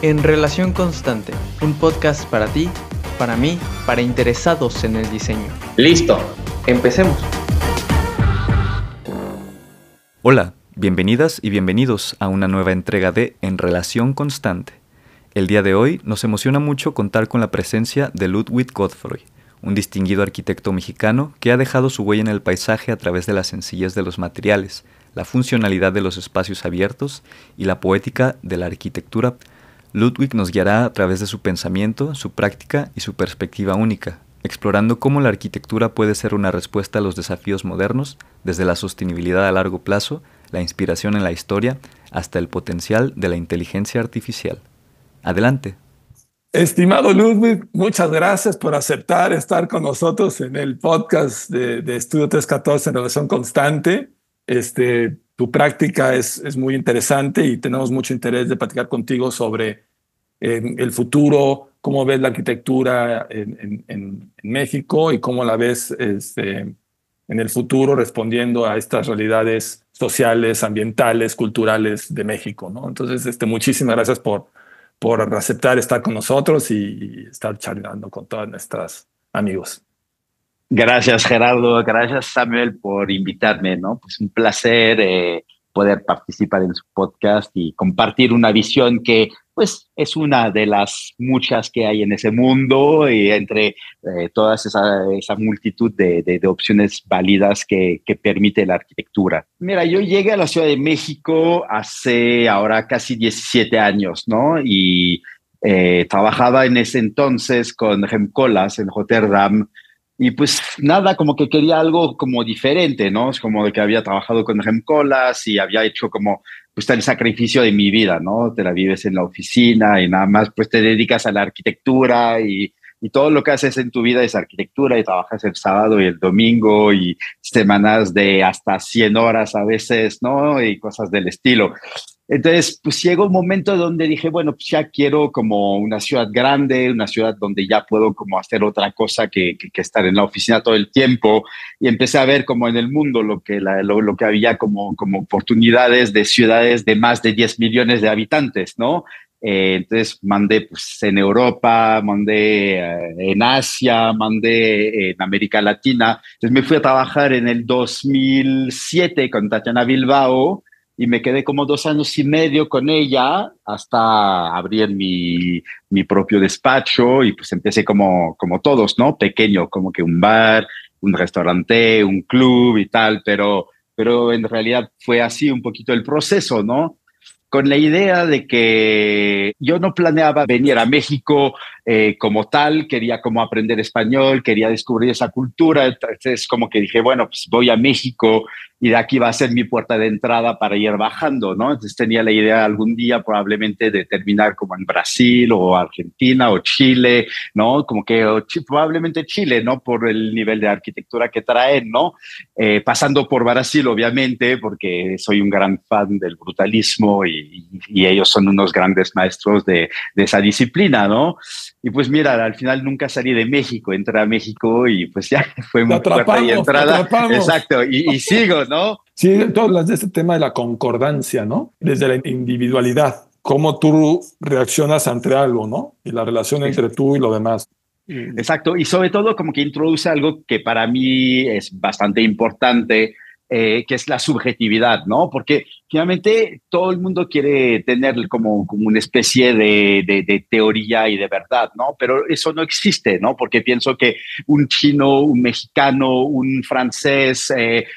En Relación Constante, un podcast para ti, para mí, para interesados en el diseño. ¡Listo! ¡Empecemos! Hola, bienvenidas y bienvenidos a una nueva entrega de En Relación Constante. El día de hoy nos emociona mucho contar con la presencia de Ludwig Godefroy, un distinguido arquitecto mexicano que ha dejado su huella en el paisaje a través de la sencillez de los materiales, la funcionalidad de los espacios abiertos y la poética de la arquitectura. Ludwig nos guiará a través de su pensamiento, su práctica y su perspectiva única, explorando cómo la arquitectura puede ser una respuesta a los desafíos modernos, desde la sostenibilidad a largo plazo, la inspiración en la historia, hasta el potencial de la inteligencia artificial. Adelante. Estimado Ludwig, muchas gracias por aceptar estar con nosotros en el podcast de Estudio 314 en Relación Constante. Tu práctica es muy interesante y tenemos mucho interés de platicar contigo sobre el futuro, cómo ves la arquitectura en México y cómo la ves en el futuro respondiendo a estas realidades sociales, ambientales, culturales de México, ¿no? Entonces, muchísimas gracias por aceptar estar con nosotros y estar charlando con todas nuestras amigos. Gracias, Gerardo. Gracias, Samuel, por invitarme, ¿no? Pues un placer poder participar en su podcast y compartir una visión que, pues, es una de las muchas que hay en ese mundo y entre todas esa multitud de opciones válidas que permite la arquitectura. Mira, yo llegué a la Ciudad de México hace ahora casi 17 años, ¿no? Y trabajaba en ese entonces con Rem Koolhaas en Rotterdam. Y pues nada, como que quería algo como diferente, ¿no? Es como de que había trabajado con Rem Koolhaas y había hecho como pues el sacrificio de mi vida, ¿no? Te la vives en la oficina y nada más pues te dedicas a la arquitectura y todo lo que haces en tu vida es arquitectura y trabajas el sábado y el domingo y semanas de hasta 100 horas a veces, ¿no? Y cosas del estilo. Entonces, pues llegó un momento donde dije, bueno, pues ya quiero como una ciudad grande, una ciudad donde ya puedo como hacer otra cosa que estar en la oficina todo el tiempo. Y empecé a ver como en el mundo lo que había como oportunidades de ciudades de más de 10 millones de habitantes, ¿no? Entonces mandé pues, en Europa, mandé en Asia, mandé en América Latina. Entonces me fui a trabajar en el 2007 con Tatiana Bilbao y me quedé como 2 años y medio con ella hasta abrir mi propio despacho y pues empecé como todos, ¿no? Pequeño, como que un bar, un restaurante, un club y tal, pero en realidad fue así un poquito el proceso, ¿no? Con la idea de que yo no planeaba venir a México como tal, quería como aprender español, quería descubrir esa cultura, entonces como que dije, bueno, pues voy a México y de aquí va a ser mi puerta de entrada para ir bajando, ¿no? Entonces tenía la idea algún día probablemente de terminar como en Brasil o Argentina o Chile, ¿no? Como que probablemente Chile, ¿no? Por el nivel de arquitectura que traen, ¿no? Pasando por Brasil, obviamente, porque soy un gran fan del brutalismo y ellos son unos grandes maestros de esa disciplina, ¿no? Y pues mira, al final nunca salí de México, entré a México y pues ya fue muy puerta y entrada. Exacto, y sigo, ¿no? Sí, tú hablas de este tema de la concordancia, ¿no? Desde la individualidad, cómo tú reaccionas ante algo, ¿no? Y la relación entre tú y lo demás. Exacto, y sobre todo como que introduce algo que para mí es bastante importante, que es la subjetividad, ¿no? Porque finalmente todo el mundo quiere tener como una especie de teoría y de verdad, ¿no? Pero eso no existe, ¿no? Porque pienso que un chino, un mexicano, un francés,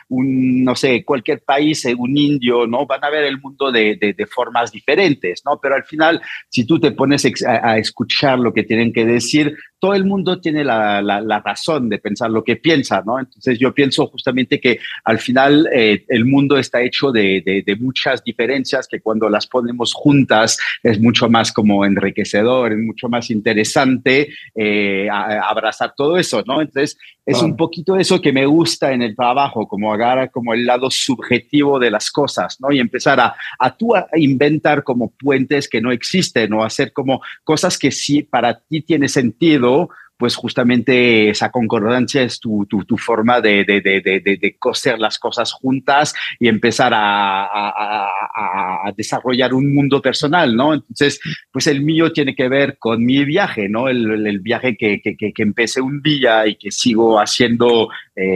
no sé, cualquier país, un indio, ¿no? Van a ver el mundo de formas diferentes, ¿no? Pero al final, si tú te pones a escuchar lo que tienen que decir, todo el mundo tiene la razón de pensar lo que piensa, ¿no? Entonces yo pienso justamente que al final el mundo está hecho de muchas diferencias que cuando las ponemos juntas es mucho más como enriquecedor, es mucho más interesante abrazar todo eso, ¿no? Entonces es un poquito eso que me gusta en el trabajo, como agarrar como el lado subjetivo de las cosas, ¿no? Y empezar a inventar como puentes que no existen o hacer como cosas que sí para ti tiene sentido pues justamente esa concordancia es tu forma de coser las cosas juntas y empezar a desarrollar un mundo personal, ¿no? Entonces, pues el mío tiene que ver con mi viaje, ¿no? El viaje que empecé un día y que sigo haciendo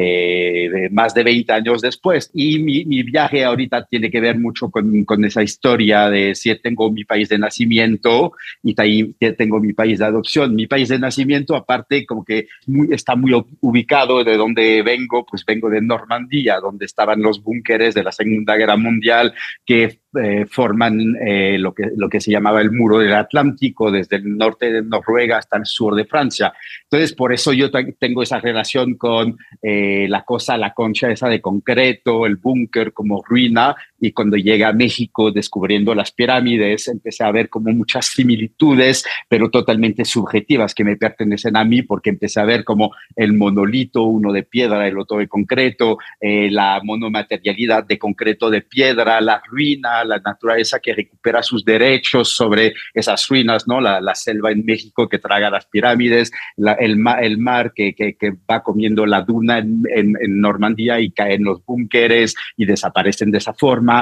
más de 20 años después. Y mi viaje ahorita tiene que ver mucho con esa historia de si tengo mi país de nacimiento y tengo mi país de adopción. Mi país de nacimiento, aparte, como que está muy ubicado de donde vengo, pues vengo de Normandía, donde estaban los búnkeres de la Segunda Guerra Mundial que forman lo que se llamaba el muro del Atlántico, desde el norte de Noruega hasta el sur de Francia. Entonces, por eso yo tengo esa relación con la concha esa de concreto, el búnker como ruina, y cuando llegué a México descubriendo las pirámides, empecé a ver como muchas similitudes, pero totalmente subjetivas que me pertenecen a mí, porque empecé a ver como el monolito, uno de piedra, el otro de concreto, la monomaterialidad de concreto de piedra, la ruina, la naturaleza que recupera sus derechos sobre esas ruinas, ¿no? La selva en México que traga las pirámides, el mar que va comiendo la duna en Normandía y cae en los búnkeres y desaparecen de esa forma,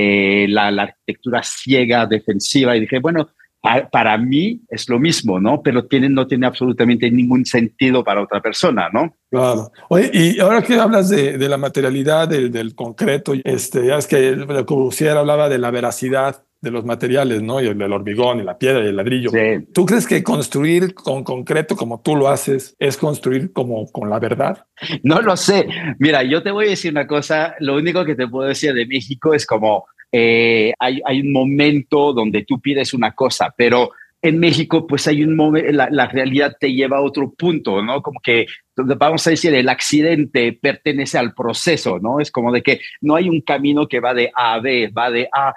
la arquitectura ciega, defensiva, y dije, bueno, para mí es lo mismo, ¿no? Pero no tiene absolutamente ningún sentido para otra persona, ¿no? Claro. Oye, y ahora que hablas de la materialidad del concreto, ya es que Le Corbusier hablaba de la veracidad de los materiales, ¿no? Y el hormigón, y la piedra, y el ladrillo. Sí. ¿Tú crees que construir con concreto como tú lo haces es construir como con la verdad? No lo sé. Mira, yo te voy a decir una cosa. Lo único que te puedo decir de México es como hay un momento donde tú pides una cosa, pero en México pues hay un momento, la realidad te lleva a otro punto, ¿no? Como que vamos a decir, el accidente pertenece al proceso, ¿no? Es como de que no hay un camino que va de A a B, va de A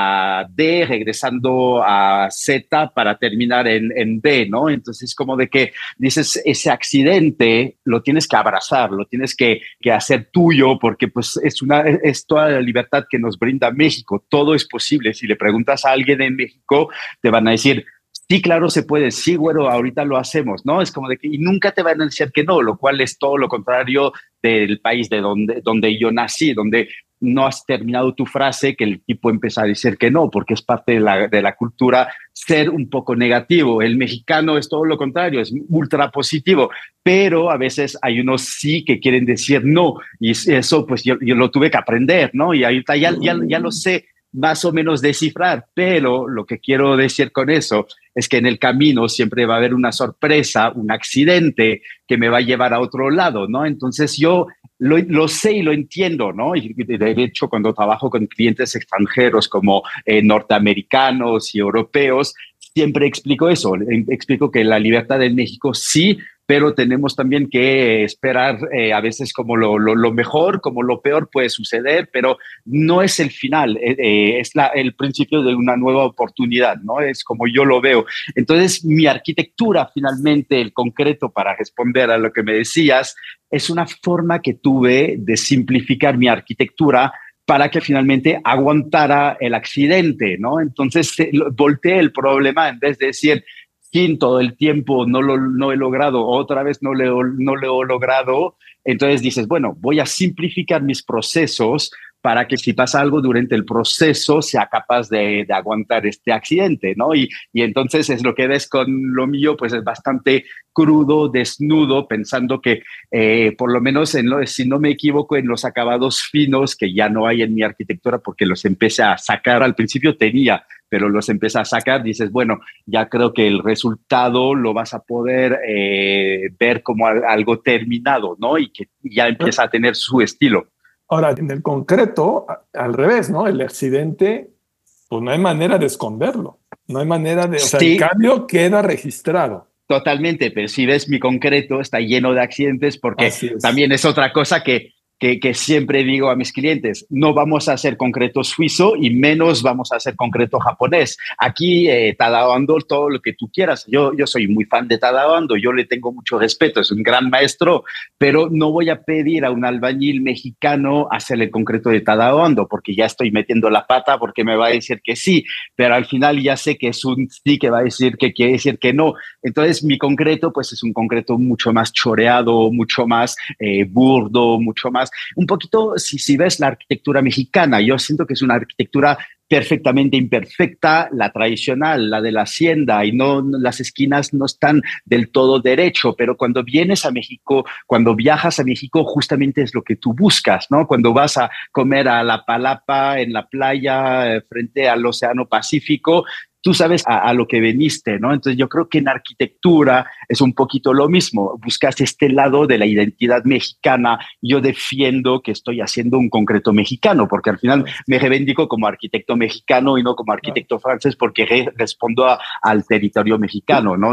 a D, regresando a Z para terminar en B, ¿no? Entonces, como de que dices, ese accidente lo tienes que abrazar, lo tienes que hacer tuyo, porque pues es toda la libertad que nos brinda México. Todo es posible. Si le preguntas a alguien en México, te van a decir, sí, claro, se puede. Sí, bueno, ahorita lo hacemos, ¿no? Es como de que, y nunca te van a decir que no, lo cual es todo lo contrario del país de donde yo nací, donde no has terminado tu frase que el tipo empieza a decir que no, porque es parte de la cultura ser un poco negativo. El mexicano es todo lo contrario, es ultra positivo, pero a veces hay unos sí que quieren decir no, y eso pues yo lo tuve que aprender, ¿no? Y ahorita ya lo sé más o menos descifrar, pero lo que quiero decir con eso es que en el camino siempre va a haber una sorpresa, un accidente que me va a llevar a otro lado, ¿no? Entonces yo lo sé y lo entiendo, ¿no? Y de hecho, cuando trabajo con clientes extranjeros como norteamericanos y europeos, siempre explico eso, explico que la libertad en México sí, pero tenemos también que esperar a veces como lo mejor, como lo peor puede suceder, pero no es el final, es el principio de una nueva oportunidad, ¿no? Es como yo lo veo. Entonces, mi arquitectura, finalmente, el concreto, para responder a lo que me decías, es una forma que tuve de simplificar mi arquitectura para que finalmente aguantara el accidente, ¿no? Entonces, volteé el problema en vez de decir, todo el tiempo no he logrado, otra vez no lo he logrado. Entonces dices, bueno, voy a simplificar mis procesos para que si pasa algo durante el proceso sea capaz de aguantar este accidente, ¿no? Y entonces es lo que ves con lo mío, pues es bastante crudo, desnudo, pensando que por lo menos, si no me equivoco, en los acabados finos, que ya no hay en mi arquitectura porque los empecé a sacar, al principio tenía, pero los empecé a sacar, dices, bueno, ya creo que el resultado lo vas a poder ver como algo terminado, ¿no? Y que ya empieza a tener su estilo. Ahora, en el concreto, al revés, ¿no? El accidente, pues no hay manera de esconderlo. No hay manera de... O sea, sí, el cambio queda registrado. Totalmente, pero si ves mi concreto está lleno de accidentes porque también es otra cosa que que siempre digo a mis clientes, no vamos a hacer concreto suizo y menos vamos a hacer concreto japonés. Aquí Tadao Ando, todo lo que tú quieras. Yo soy muy fan de Tadao Ando, yo le tengo mucho respeto, es un gran maestro, pero no voy a pedir a un albañil mexicano hacer el concreto de Tadao Ando porque ya estoy metiendo la pata porque me va a decir que sí, pero al final ya sé que es un sí que va a decir que quiere decir que no. Entonces mi concreto pues es un concreto mucho más choreado, mucho más burdo, mucho más un poquito, si ves la arquitectura mexicana, yo siento que es una arquitectura perfectamente imperfecta, la tradicional, la de la hacienda, y no las esquinas no están del todo derecho, pero cuando vienes a México, cuando viajas a México, justamente es lo que tú buscas, ¿no? Cuando vas a comer a la palapa en la playa frente al Océano Pacífico, tú sabes a lo que veniste, ¿no? Entonces yo creo que en arquitectura es un poquito lo mismo, buscas este lado de la identidad mexicana. Yo defiendo que estoy haciendo un concreto mexicano, porque al final me reivindico como arquitecto mexicano y no como arquitecto francés, porque respondo al territorio mexicano, ¿no?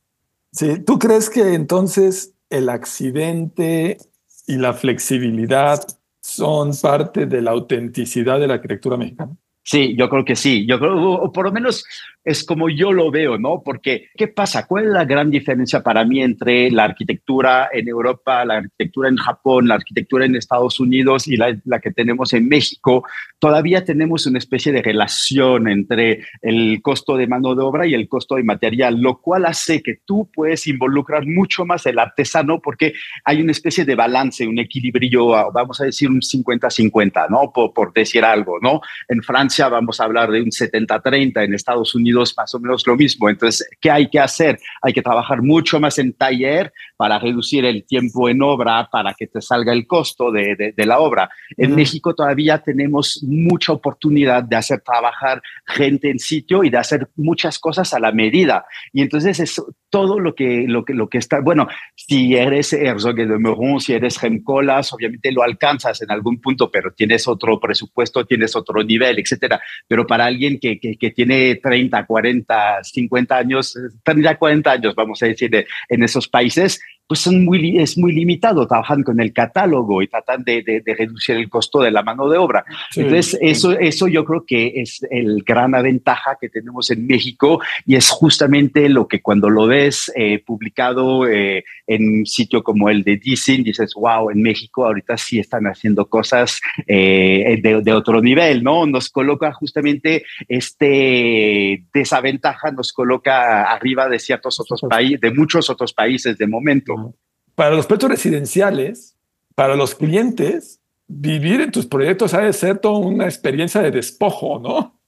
Sí, ¿tú crees que entonces el accidente y la flexibilidad son parte de la autenticidad de la arquitectura mexicana? Sí, yo creo que sí. Yo creo, o por lo menos es como yo lo veo, ¿no? Porque, ¿qué pasa? ¿Cuál es la gran diferencia para mí entre la arquitectura en Europa, la arquitectura en Japón, la arquitectura en Estados Unidos y la que tenemos en México? Todavía tenemos una especie de relación entre el costo de mano de obra y el costo de material, lo cual hace que tú puedes involucrar mucho más el artesano porque hay una especie de balance, un equilibrio, vamos a decir un 50-50, ¿no? Por decir algo, ¿no? En Francia vamos a hablar de un 70-30, en Estados Unidos más o menos lo mismo. Entonces, ¿qué hay que hacer? Hay que trabajar mucho más en taller para reducir el tiempo en obra, para que te salga el costo de la obra. En México todavía tenemos mucha oportunidad de hacer trabajar gente en sitio y de hacer muchas cosas a la medida. Y entonces es todo lo que está, bueno, si eres Herzog de Meuron, si eres Gemcolas, obviamente lo alcanzas en algún punto, pero tienes otro presupuesto, tienes otro nivel, etcétera. Pero para alguien que tiene 30, 40, 50 años, 30, 40 años, vamos a decir, en esos países, pues es muy limitado, trabajan con el catálogo y tratan de reducir el costo de la mano de obra. Sí, entonces, eso yo creo que es el gran ventaja que tenemos en México y es justamente lo que cuando lo ves publicado en un sitio como el de Dicin, dices, wow, en México ahorita sí están haciendo cosas de otro nivel, ¿no? Nos coloca justamente desventaja, nos coloca arriba de ciertos otros países, de muchos otros países de momento. Para los proyectos residenciales, para los clientes, vivir en tus proyectos ha de ser toda una experiencia de despojo, ¿no?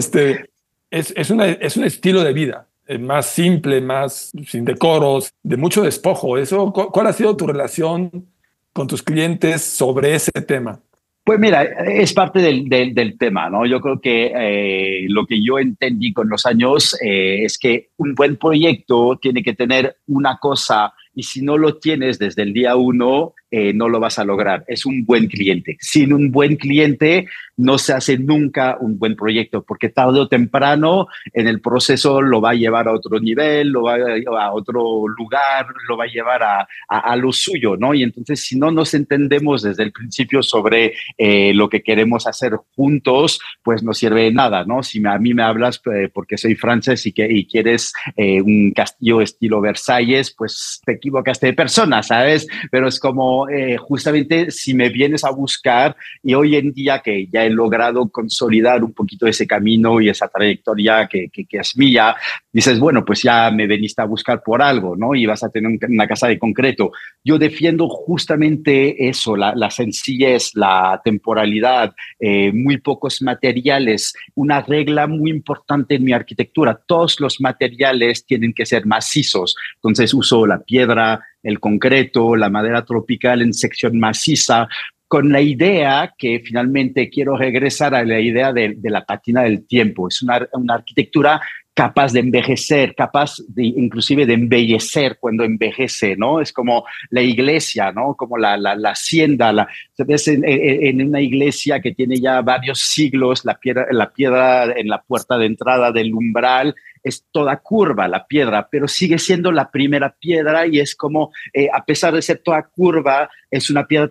Es un estilo de vida más simple, más sin decoros, de mucho despojo. ¿Cuál ha sido tu relación con tus clientes sobre ese tema? Pues mira, es parte del tema, ¿no? Yo creo que lo que yo entendí con los años es que un buen proyecto tiene que tener una cosa y si no lo tienes desde el día uno, no lo vas a lograr. Es un buen cliente. Sin un buen cliente no se hace nunca un buen proyecto porque tarde o temprano en el proceso lo va a llevar a otro nivel, lo va a otro lugar, lo va a llevar a lo suyo, ¿no? Y entonces si no nos entendemos desde el principio sobre lo que queremos hacer juntos, pues no sirve de nada, ¿no? Si a mí me hablas porque soy francés y quieres un castillo estilo Versalles, pues te equivocaste de persona, ¿sabes? Pero es como justamente si me vienes a buscar y hoy en día que ya he logrado consolidar un poquito ese camino y esa trayectoria que es mía, dices, bueno, pues ya me veniste a buscar por algo, ¿no? Y vas a tener una casa de concreto. Yo defiendo justamente eso, la sencillez, la temporalidad, muy pocos materiales. Una regla muy importante en mi arquitectura, todos los materiales tienen que ser macizos. Entonces uso la piedra, el concreto, la madera tropical en sección maciza, con la idea que finalmente quiero regresar a la idea de la pátina del tiempo. Es una arquitectura capaz de envejecer, capaz inclusive de embellecer cuando envejece, ¿no? Es como la iglesia, ¿no? Como la hacienda. Ves en una iglesia que tiene ya varios siglos, la piedra en la puerta de entrada del umbral es toda curva la piedra, pero sigue siendo la primera piedra y es como, a pesar de ser toda curva, es una piedra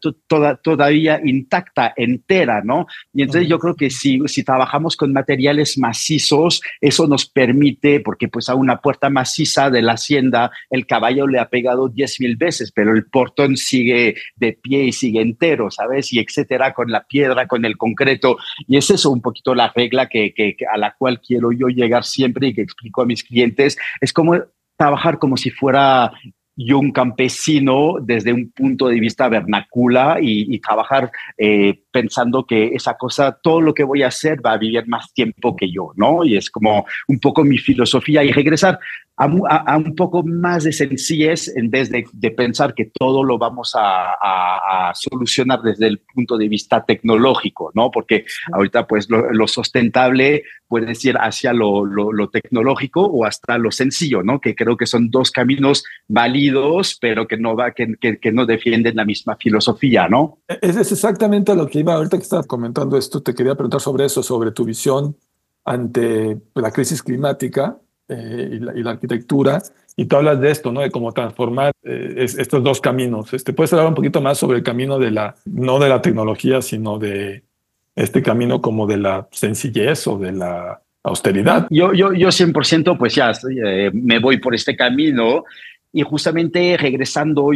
todavía intacta, entera, ¿no? Y entonces yo creo que si trabajamos con materiales macizos, eso nos permite, porque pues a una puerta maciza de la hacienda, el caballo le ha pegado 10,000 veces, pero el portón sigue de pie y sigue entero, ¿sabes? Y etcétera, con la piedra, con el concreto. Y es eso un poquito la regla a la cual quiero yo llegar siempre y que explico a mis clientes. Es como trabajar como si fuera yo un campesino desde un punto de vista vernácula y trabajar pensando que esa cosa, todo lo que voy a hacer va a vivir más tiempo que yo, ¿no? Y es como un poco mi filosofía y regresar a un poco más de sencillez en vez de pensar que todo lo vamos a solucionar desde el punto de vista tecnológico, ¿no? Porque ahorita pues lo sustentable puede ir hacia lo tecnológico o hasta lo sencillo, ¿no? Que creo que son dos caminos válidos, pero que no defienden la misma filosofía, ¿no? Es exactamente lo que iba ahorita que estabas comentando esto. Te quería preguntar sobre eso, sobre tu visión ante la crisis climática y la arquitectura. Y tú hablas de esto, ¿no? De cómo transformar estos dos caminos. ¿Puedes hablar un poquito más sobre el camino no de la tecnología, sino de este camino como de la sencillez o de la austeridad? Yo 100% pues ya me voy por este camino. Y justamente regresando,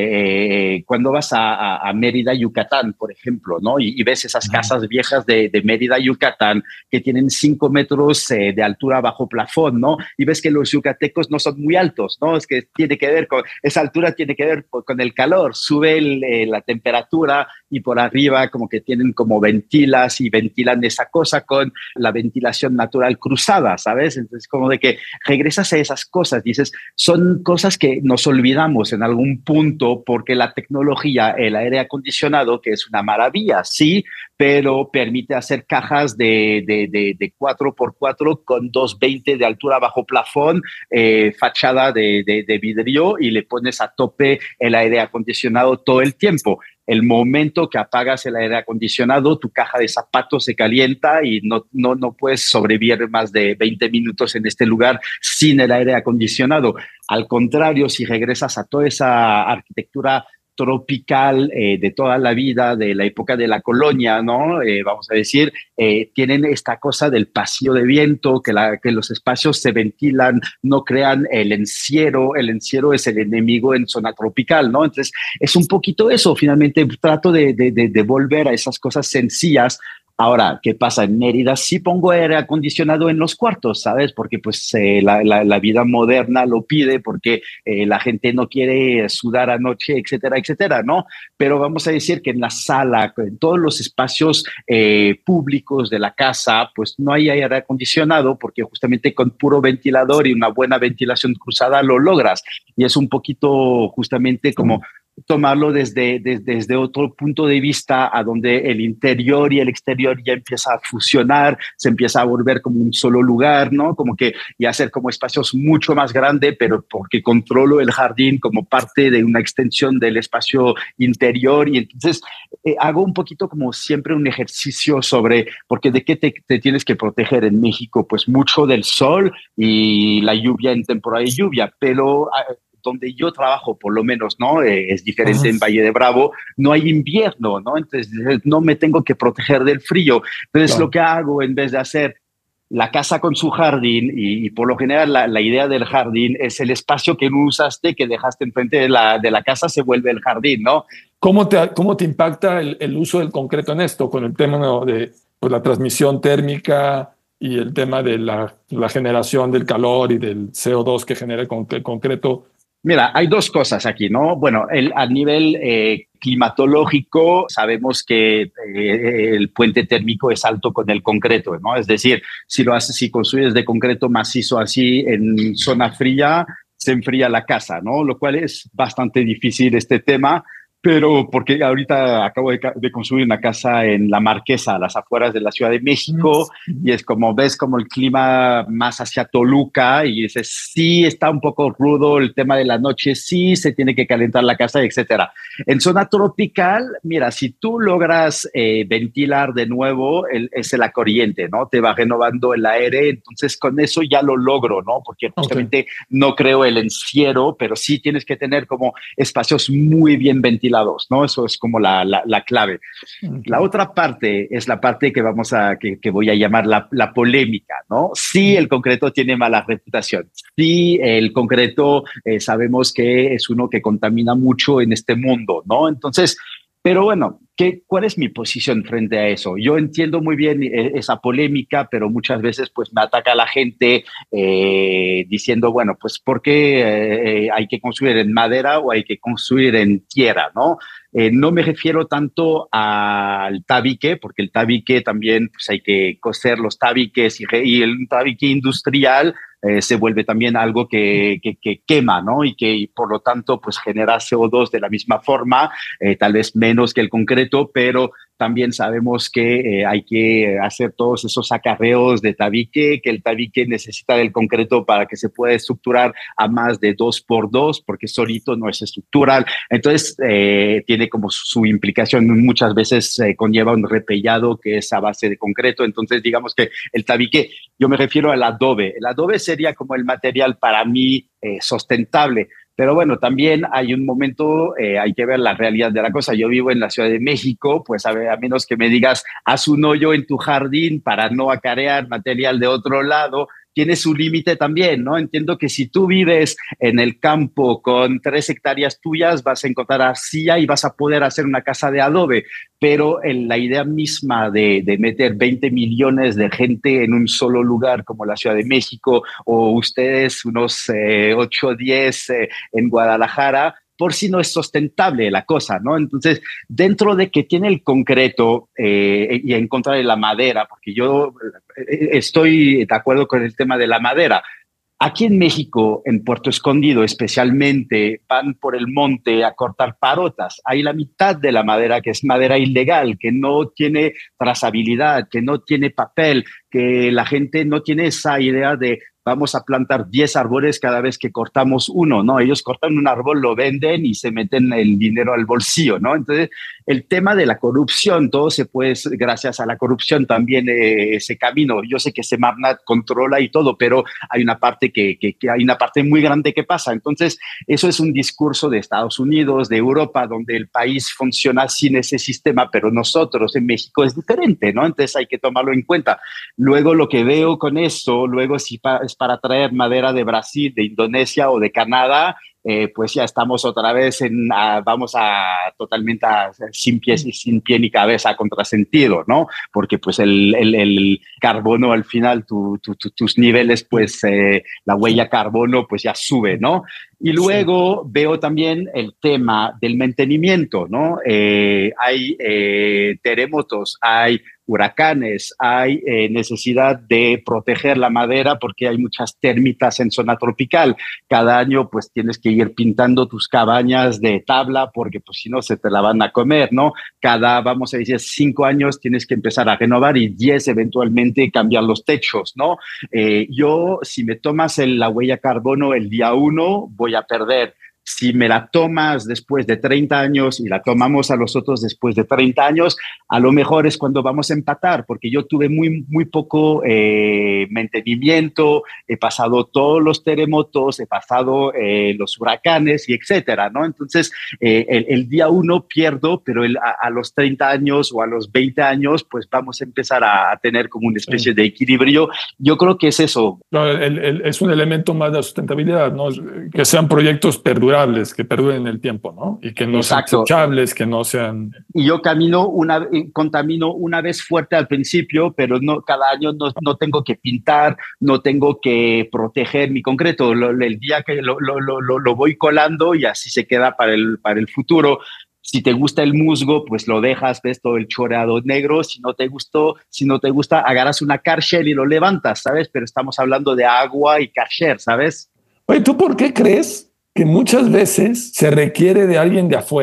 cuando vas a Mérida, Yucatán, por ejemplo, ¿no? Y ves esas casas viejas de Mérida, Yucatán, que tienen 5 metros de altura bajo plafón, ¿no? Y ves que los yucatecos no son muy altos, ¿no? Es que esa altura tiene que ver con el calor, sube la temperatura y por arriba como que tienen como ventilas y ventilan esa cosa con la ventilación natural cruzada, ¿sabes? Entonces como de que regresas a esas cosas, dices, son cosas que nos olvidamos en algún punto porque la tecnología, el aire acondicionado, que es una maravilla, sí, pero permite hacer cajas de 4x4 con 220 de altura bajo plafón, fachada de vidrio y le pones a tope el aire acondicionado todo el tiempo. El momento que apagas el aire acondicionado, tu caja de zapatos se calienta y no puedes sobrevivir más de 20 minutos en este lugar sin el aire acondicionado. Al contrario, si regresas a toda esa arquitectura tropical de toda la vida, de la época de la colonia, ¿no? Vamos a decir, tienen esta cosa del pasillo de viento, que los espacios se ventilan, no crean el encierro. El encierro es el enemigo en zona tropical, ¿no? Entonces, es un poquito eso. Finalmente, trato de volver a esas cosas sencillas. Ahora, ¿qué pasa? En Mérida sí pongo aire acondicionado en los cuartos, ¿sabes? Porque pues la vida moderna lo pide, porque la gente no quiere sudar anoche, etcétera, etcétera, ¿no? Pero vamos a decir que en la sala, en todos los espacios públicos de la casa, pues no hay aire acondicionado, porque justamente con puro ventilador y una buena ventilación cruzada lo logras. Y es un poquito justamente como tomarlo desde otro punto de vista, a donde el interior y el exterior ya empieza a fusionar, se empieza a volver como un solo lugar, ¿no? Como que y hacer como espacios mucho más grandes, pero porque controlo el jardín como parte de una extensión del espacio interior. Y entonces hago un poquito como siempre un ejercicio sobre, porque de qué te tienes que proteger en México, pues mucho del sol y la lluvia en temporada de lluvia, pero donde yo trabajo, por lo menos, ¿no? Es diferente en Valle de Bravo, no hay invierno, ¿no? Entonces no me tengo que proteger del frío. Entonces lo que hago, en vez de hacer la casa con su jardín, y por lo general la idea del jardín es el espacio que no usaste, que dejaste enfrente de la casa, se vuelve el jardín, ¿no? ¿Cómo te impacta el uso del concreto en esto, con el tema, ¿no?, de pues, la transmisión térmica y el tema de la generación del calor y del CO2 que genera el concreto? Mira, hay dos cosas aquí, ¿no? Bueno, a nivel climatológico sabemos que el puente térmico es alto con el concreto, ¿no? Es decir, si construyes de concreto macizo así en zona fría, se enfría la casa, ¿no? Lo cual es bastante difícil este tema, pero porque ahorita acabo de construir una casa en La Marquesa, a las afueras de la Ciudad de México, y es como ves como el clima más hacia Toluca, y dices, sí, está un poco rudo el tema de la noche, sí, se tiene que calentar la casa, etcétera. En zona tropical, mira, si tú logras ventilar de nuevo, es la corriente, ¿no? Te va renovando el aire, entonces con eso ya lo logro, ¿no? Porque justamente no creo el encierro, pero sí tienes que tener como espacios muy bien ventilados, ¿no? Eso es como la clave. La otra parte es la parte que que voy a llamar la polémica, ¿no? Sí, el concreto tiene mala reputación. Sí, el concreto sabemos que es uno que contamina mucho en este mundo, ¿no? Entonces, pero bueno, ¿cuál es mi posición frente a eso? Yo entiendo muy bien esa polémica, pero muchas veces pues me ataca la gente diciendo, bueno, pues ¿por qué hay que construir en madera o hay que construir en tierra, ¿no? No me refiero tanto al tabique, porque el tabique también pues hay que coser los tabiques y el tabique industrial se vuelve también algo que quema, ¿no? Y por lo tanto pues genera CO2 de la misma forma, tal vez menos que el concreto, pero también sabemos que hay que hacer todos esos acarreos de tabique, que el tabique necesita del concreto para que se pueda estructurar a más de 2x2, porque solito no es estructural. Entonces, tiene como su implicación, muchas veces conlleva un repellado que es a base de concreto. Entonces, digamos que el tabique, yo me refiero al adobe. El adobe sería como el material para mí sustentable. Pero bueno, también hay un momento, hay que ver la realidad de la cosa. Yo vivo en la Ciudad de México, pues a menos que me digas, haz un hoyo en tu jardín para no acarear material de otro lado, tiene su límite también, ¿no? Entiendo que si tú vives en el campo con 3 hectáreas tuyas, vas a encontrar arcilla y vas a poder hacer una casa de adobe, pero la idea misma de meter 20 millones de gente en un solo lugar como la Ciudad de México o ustedes unos 8 o 10 en Guadalajara, por si no es sustentable la cosa, ¿no? Entonces, dentro de que tiene el concreto y en contra de la madera, porque yo estoy de acuerdo con el tema de la madera. Aquí en México, en Puerto Escondido especialmente, van por el monte a cortar parotas. Hay la mitad de la madera que es madera ilegal, que no tiene trazabilidad, que no tiene papel, que la gente no tiene esa idea de vamos a plantar 10 árboles cada vez que cortamos uno, ¿no? Ellos cortan un árbol, lo venden y se meten el dinero al bolsillo, ¿no? Entonces, el tema de la corrupción, todo se puede, gracias a la corrupción también ese camino. Yo sé que Semarnat controla y todo, pero hay una parte que hay una parte muy grande que pasa. Entonces, eso es un discurso de Estados Unidos, de Europa, donde el país funciona sin ese sistema, pero nosotros en México es diferente, ¿no? Entonces hay que tomarlo en cuenta. Luego lo que veo con esto, luego si es para traer madera de Brasil, de Indonesia o de Canadá, pues ya estamos otra vez vamos totalmente sin pie ni cabeza, a contrasentido, ¿no? Porque pues el carbono al final, tus niveles, pues la huella carbono pues ya sube, ¿no? Y luego veo también el tema del mantenimiento, ¿no? Hay terremotos, hay huracanes, hay necesidad de proteger la madera porque hay muchas térmitas en zona tropical. Cada año pues tienes que ir pintando tus cabañas de tabla porque pues si no se te la van a comer, ¿no? Cada, vamos a decir, 5 años tienes que empezar a renovar y 10 eventualmente cambiar los techos, ¿no? Yo, si me tomas la huella carbono el día 1, voy a perder. Si me la tomas después de 30 años y la tomamos a los otros después de 30 años, a lo mejor es cuando vamos a empatar, porque yo tuve muy poco mantenimiento, he pasado todos los terremotos, he pasado los huracanes y etcétera, ¿no? Entonces, el día 1 pierdo, pero a los 30 años o a los 20 años, pues vamos a empezar a tener como una especie de equilibrio. Yo creo que es eso. No, es un elemento más de sustentabilidad, ¿no? Que sean proyectos perdurables, que perduren en el tiempo, ¿no? Y que no sean desechables, que no sean... Y yo contamino una vez fuerte al principio, pero no cada año no tengo que pintar, no tengo que proteger mi concreto. El día que lo voy colando y así se queda para el futuro. Si te gusta el musgo, pues lo dejas, ves todo el choreado negro. Si no te gusta, agarras una Karcher y lo levantas, ¿sabes? Pero estamos hablando de agua y Karcher, ¿sabes? Oye, ¿tú por qué crees que muchas veces se requiere de alguien de afuera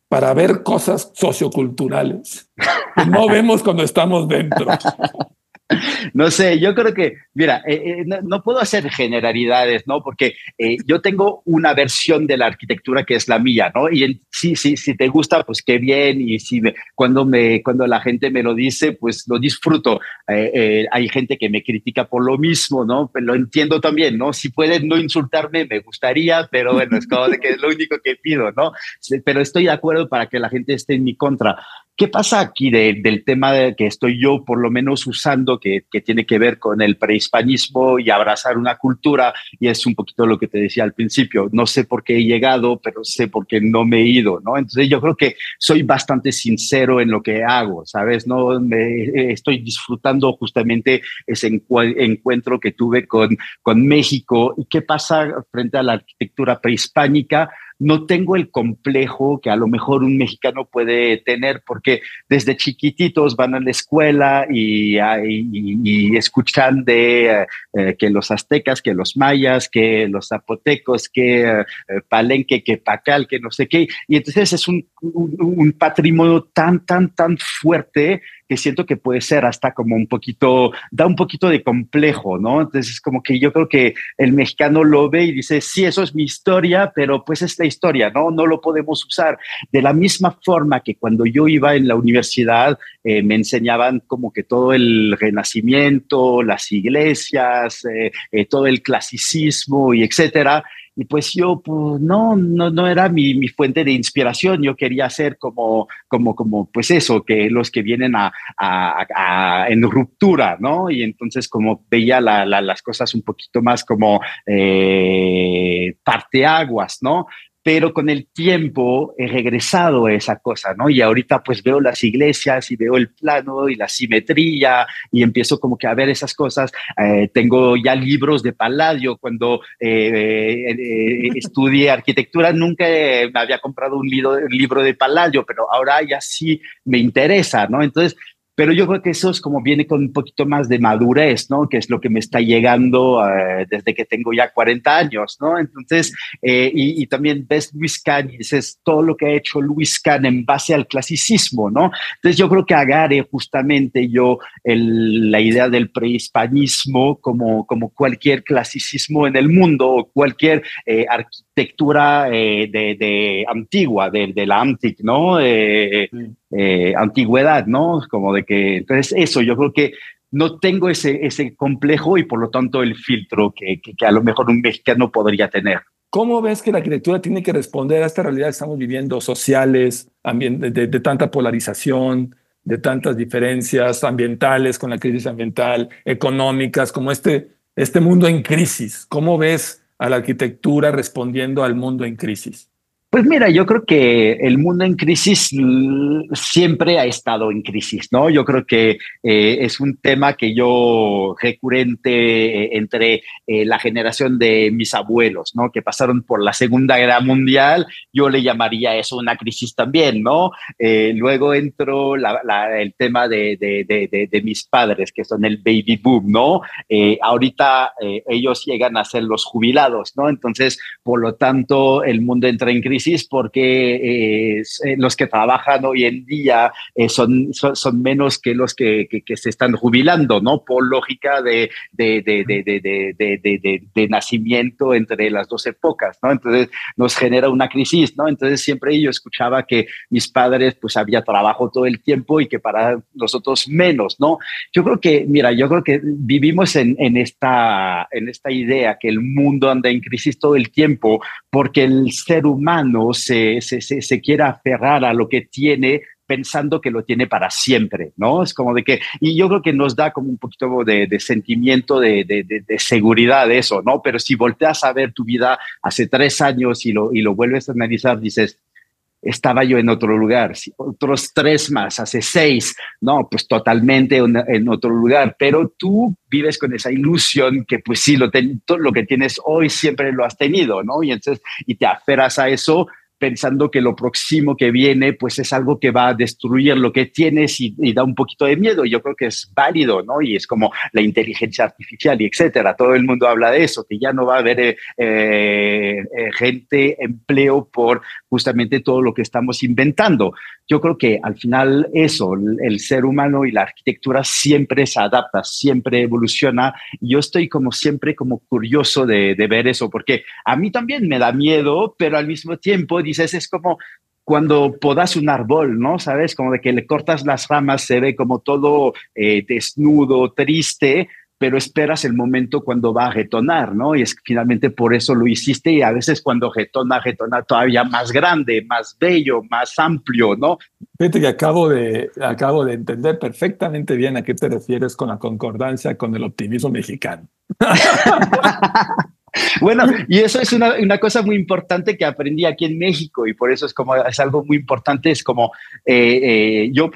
para ver cosas socioculturales que no vemos cuando estamos dentro. No sé, yo creo que, mira, no puedo hacer generalidades, ¿no? Porque yo tengo una versión de la arquitectura que es la mía, ¿no? Y sí, si te gusta, pues qué bien. Y cuando la gente me lo dice, pues lo disfruto. Hay gente que me critica por lo mismo, ¿no? Pero lo entiendo también, ¿no? Si pueden no insultarme, me gustaría, pero bueno, es como de que es lo único que pido, ¿no? Pero estoy de acuerdo para que la gente esté en mi contra. ¿Qué pasa aquí del tema que estoy yo por lo menos usando, que tiene que ver con el prehispanismo y abrazar una cultura? Y es un poquito lo que te decía al principio. No sé por qué he llegado, pero sé por qué no me he ido, ¿no? Entonces yo creo que soy bastante sincero en lo que hago, ¿sabes? No estoy disfrutando justamente ese encuentro que tuve con México. ¿Y qué pasa frente a la arquitectura prehispánica? No tengo el complejo que a lo mejor un mexicano puede tener, porque desde chiquititos van a la escuela y escuchan de que los aztecas, que los mayas, que los zapotecos, que Palenque, que Pacal, que no sé qué. Y entonces es un patrimonio tan fuerte que siento que puede ser hasta como da un poquito de complejo, ¿no? Entonces, como que yo creo que el mexicano lo ve y dice, sí, eso es mi historia, pero pues es la historia, ¿no? No lo podemos usar. De la misma forma que cuando yo iba en la universidad, me enseñaban como que todo el Renacimiento, las iglesias, todo el clasicismo y etcétera. Y pues yo, pues no era mi fuente de inspiración. Yo quería ser como pues eso, que los que vienen en ruptura, ¿no? Y entonces como veía las cosas un poquito más como parteaguas, ¿no? Pero con el tiempo he regresado a esa cosa, ¿no? Y ahorita pues veo las iglesias y veo el plano y la simetría y empiezo como que a ver esas cosas. Tengo ya libros de Palladio. Cuando estudié arquitectura nunca me había comprado un libro de Palladio, pero ahora ya sí me interesa, ¿no? Entonces, pero yo creo que eso es como viene con un poquito más de madurez, ¿no? Que es lo que me está llegando desde que tengo ya 40 años, ¿no? Entonces, y también ves Luis Kahn y dices todo lo que ha hecho Luis Kahn en base al clasicismo, ¿no? Entonces yo creo que agarre justamente yo la idea del prehispanismo como cualquier clasicismo en el mundo o cualquier arquitectura de antigua, de la antic, ¿no? Sí. Antigüedad, ¿no? Como de que, entonces eso, yo creo que no tengo ese complejo y por lo tanto el filtro que a lo mejor un mexicano podría tener. ¿Cómo ves que la arquitectura tiene que responder a esta realidad que estamos viviendo, sociales, de tanta polarización, de tantas diferencias ambientales con la crisis ambiental, económicas, como este mundo en crisis? ¿Cómo ves a la arquitectura respondiendo al mundo en crisis? Pues mira, yo creo que el mundo en crisis siempre ha estado en crisis, ¿no? Yo creo que es un tema que yo recurrente entre la generación de mis abuelos, ¿no? Que pasaron por la Segunda Guerra Mundial, yo le llamaría eso una crisis también, ¿no? Luego entró el tema de mis padres, que son el baby boom, ¿no? Ahorita ellos llegan a ser los jubilados, ¿no? Entonces, por lo tanto, el mundo entra en crisis porque los que trabajan hoy en día son menos que los que se están jubilando, ¿no? Por lógica de nacimiento entre las dos épocas, ¿no? Entonces nos genera una crisis, ¿no? Entonces siempre yo escuchaba que mis padres pues había trabajo todo el tiempo y que para nosotros menos, ¿no? Yo creo que vivimos en esta idea que el mundo anda en crisis todo el tiempo porque el ser humano se quiere aferrar a lo que tiene pensando que lo tiene para siempre, ¿no? Es como de que, y yo creo que nos da como un poquito de sentimiento de seguridad eso, ¿no? Pero si volteas a ver tu vida hace 3 años y lo vuelves a analizar, dices, estaba yo en otro lugar, otros 3 más, hace 6, no, pues totalmente en otro lugar, pero tú vives con esa ilusión que pues sí, todo lo que tienes hoy siempre lo has tenido, ¿no? Y entonces, y te aferras a eso, pensando que lo próximo que viene pues es algo que va a destruir lo que tienes y da un poquito de miedo. Yo creo que es válido, ¿no? Y es como la inteligencia artificial y etcétera. Todo el mundo habla de eso, que ya no va a haber gente, empleo por justamente todo lo que estamos inventando. Yo creo que al final eso, el ser humano y la arquitectura siempre se adapta, siempre evoluciona. Yo estoy como siempre como curioso de ver eso, porque a mí también me da miedo, pero al mismo tiempo dices, es como cuando podas un árbol, ¿no? ¿Sabes? Como de que le cortas las ramas, se ve como todo desnudo, triste, pero esperas el momento cuando va a retonar, ¿no? Y es que finalmente por eso lo hiciste y a veces cuando retona todavía más grande, más bello, más amplio, ¿no? Fíjate que acabo de entender perfectamente bien a qué te refieres con la concordancia con el optimismo mexicano. Bueno, y eso es una cosa muy importante que aprendí aquí en México y por eso es algo muy importante. Es como yo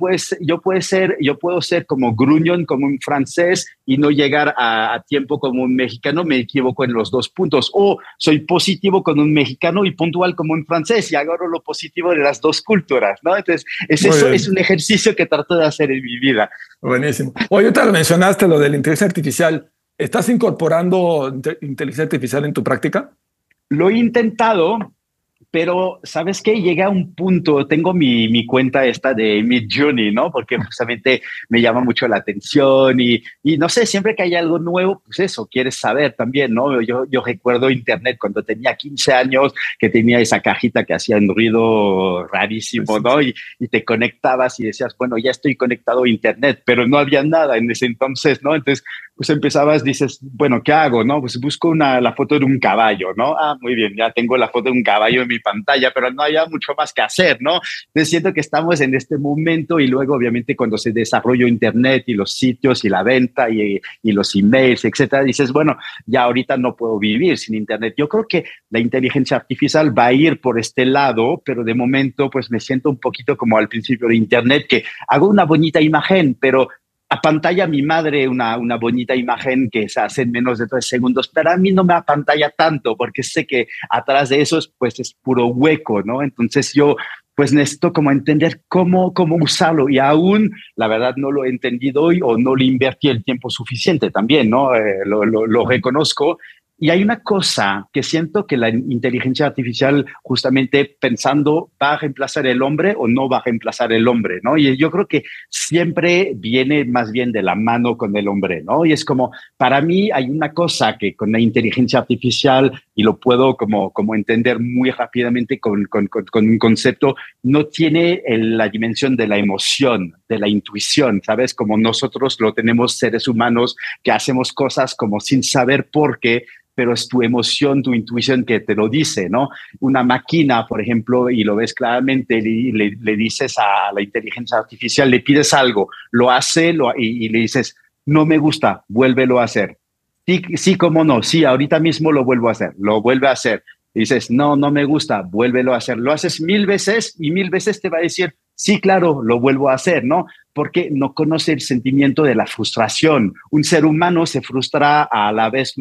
puedo ser como gruñón, como un francés y no llegar a tiempo como un mexicano. Me equivoco en los dos puntos. O soy positivo con un mexicano y puntual como un francés y agarro lo positivo de las dos culturas, ¿no? Entonces, es un ejercicio que trato de hacer en mi vida. Buenísimo. Oye, te lo mencionaste, lo de la inteligencia artificial. ¿Estás incorporando inteligencia artificial en tu práctica? Lo he intentado, pero ¿sabes qué? Llegué a un punto, tengo mi cuenta esta de Midjourney, ¿no? Porque justamente me llama mucho la atención y no sé, siempre que hay algo nuevo, pues eso, quieres saber también, ¿no? Yo recuerdo internet cuando tenía 15 años, que tenía esa cajita que hacía un ruido rarísimo, ¿no? Y te conectabas y decías, bueno, ya estoy conectado a internet, pero no había nada en ese entonces, ¿no? Entonces, pues empezabas, dices, bueno, ¿qué hago? ¿No? Pues busco la foto de un caballo, ¿no? Ah, muy bien, ya tengo la foto de un caballo en mi pantalla, pero no había mucho más que hacer, ¿no? Entonces siento que estamos en este momento y luego obviamente cuando se desarrolló internet y los sitios y la venta y los emails, etcétera, dices, bueno, ya ahorita no puedo vivir sin internet. Yo creo que la inteligencia artificial va a ir por este lado, pero de momento pues me siento un poquito como al principio de internet, que hago una bonita imagen, pero apantalla a mi madre una bonita imagen que se hace en menos de 3 segundos, pero a mí no me apantalla tanto porque sé que atrás de eso pues es puro hueco, ¿no? Entonces yo pues necesito como entender cómo usarlo y aún la verdad no lo he entendido hoy o no le invertí el tiempo suficiente también, ¿no? Lo reconozco. Y hay una cosa que siento que la inteligencia artificial justamente pensando va a reemplazar el hombre o no va a reemplazar el hombre, ¿no? Y yo creo que siempre viene más bien de la mano con el hombre, ¿no? Y es como, para mí hay una cosa que con la inteligencia artificial, y lo puedo como entender muy rápidamente con un concepto, no tiene la dimensión de la emoción, de la intuición, ¿sabes? Como nosotros lo tenemos seres humanos que hacemos cosas como sin saber por qué, pero es tu emoción, tu intuición que te lo dice, ¿no? Una máquina, por ejemplo, y lo ves claramente, le dices a la inteligencia artificial, le pides algo, lo hace y le dices, no me gusta, vuélvelo a hacer. Sí, sí, cómo no, sí, ahorita mismo lo vuelvo a hacer, lo vuelve a hacer. Y dices, no, no me gusta, vuélvelo a hacer. Lo haces 1000 veces y 1000 veces te va a decir, sí, claro, lo vuelvo a hacer, ¿no? Porque no conoce el sentimiento de la frustración. Un ser humano se frustra a la vez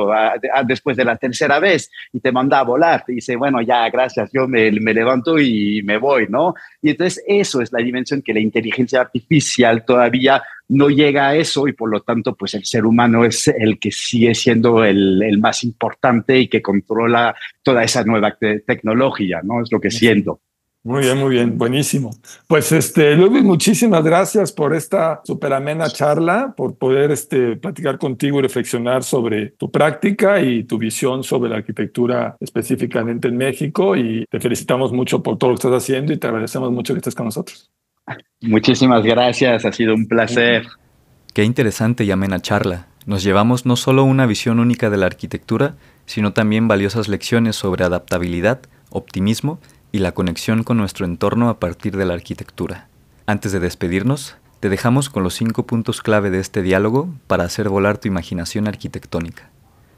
después de la tercera vez y te manda a volar. Te dice, bueno, ya, gracias, yo me levanto y me voy, ¿no? Y entonces eso es la dimensión que la inteligencia artificial todavía no llega a eso y por lo tanto, pues el ser humano es el que sigue siendo el más importante y que controla toda esa nueva tecnología, ¿no? Es lo que siento. Muy bien, buenísimo. Pues Ludwig, muchísimas gracias por esta súper amena charla, por poder platicar contigo y reflexionar sobre tu práctica y tu visión sobre la arquitectura específicamente en México, y te felicitamos mucho por todo lo que estás haciendo y te agradecemos mucho que estés con nosotros. Muchísimas gracias, ha sido un placer. Qué interesante y amena charla. Nos llevamos no solo una visión única de la arquitectura, sino también valiosas lecciones sobre adaptabilidad, optimismo y la conexión con nuestro entorno a partir de la arquitectura. Antes de despedirnos, te dejamos con los 5 puntos clave de este diálogo para hacer volar tu imaginación arquitectónica.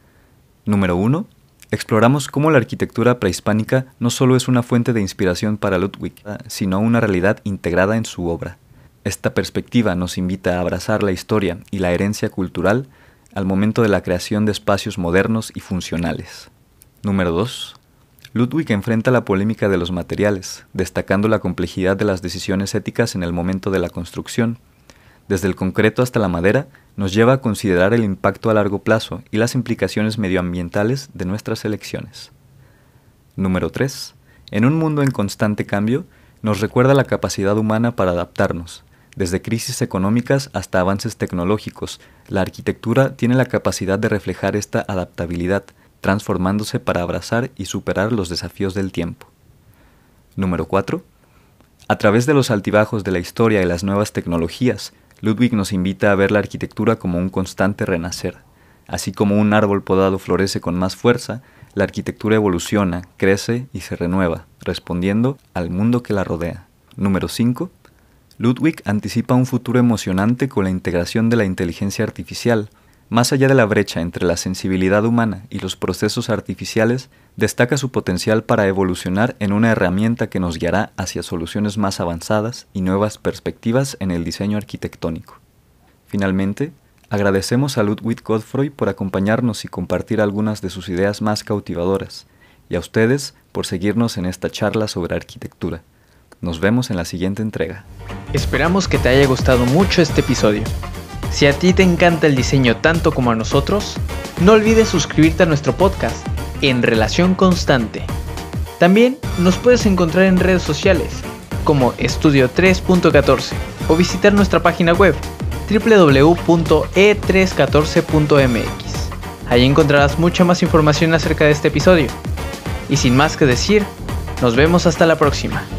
Número 1. Exploramos cómo la arquitectura prehispánica no solo es una fuente de inspiración para Ludwig, sino una realidad integrada en su obra. Esta perspectiva nos invita a abrazar la historia y la herencia cultural al momento de la creación de espacios modernos y funcionales. Número 2. Ludwig enfrenta la polémica de los materiales, destacando la complejidad de las decisiones éticas en el momento de la construcción. Desde el concreto hasta la madera, nos lleva a considerar el impacto a largo plazo y las implicaciones medioambientales de nuestras elecciones. Número 3. En un mundo en constante cambio, nos recuerda la capacidad humana para adaptarnos. Desde crisis económicas hasta avances tecnológicos, la arquitectura tiene la capacidad de reflejar esta adaptabilidad, transformándose para abrazar y superar los desafíos del tiempo. Número 4. A través de los altibajos de la historia y las nuevas tecnologías, Ludwig nos invita a ver la arquitectura como un constante renacer. Así como un árbol podado florece con más fuerza, la arquitectura evoluciona, crece y se renueva, respondiendo al mundo que la rodea. Número 5. Ludwig anticipa un futuro emocionante con la integración de la inteligencia artificial. Más allá de la brecha entre la sensibilidad humana y los procesos artificiales, destaca su potencial para evolucionar en una herramienta que nos guiará hacia soluciones más avanzadas y nuevas perspectivas en el diseño arquitectónico. Finalmente, agradecemos a Ludwig Godefroy por acompañarnos y compartir algunas de sus ideas más cautivadoras, y a ustedes por seguirnos en esta charla sobre arquitectura. Nos vemos en la siguiente entrega. Esperamos que te haya gustado mucho este episodio. Si a ti te encanta el diseño tanto como a nosotros, no olvides suscribirte a nuestro podcast, En Relación Constante. También nos puedes encontrar en redes sociales, como Estudio 3.14, o visitar nuestra página web, www.e314.mx. Ahí encontrarás mucha más información acerca de este episodio. Y sin más que decir, nos vemos hasta la próxima.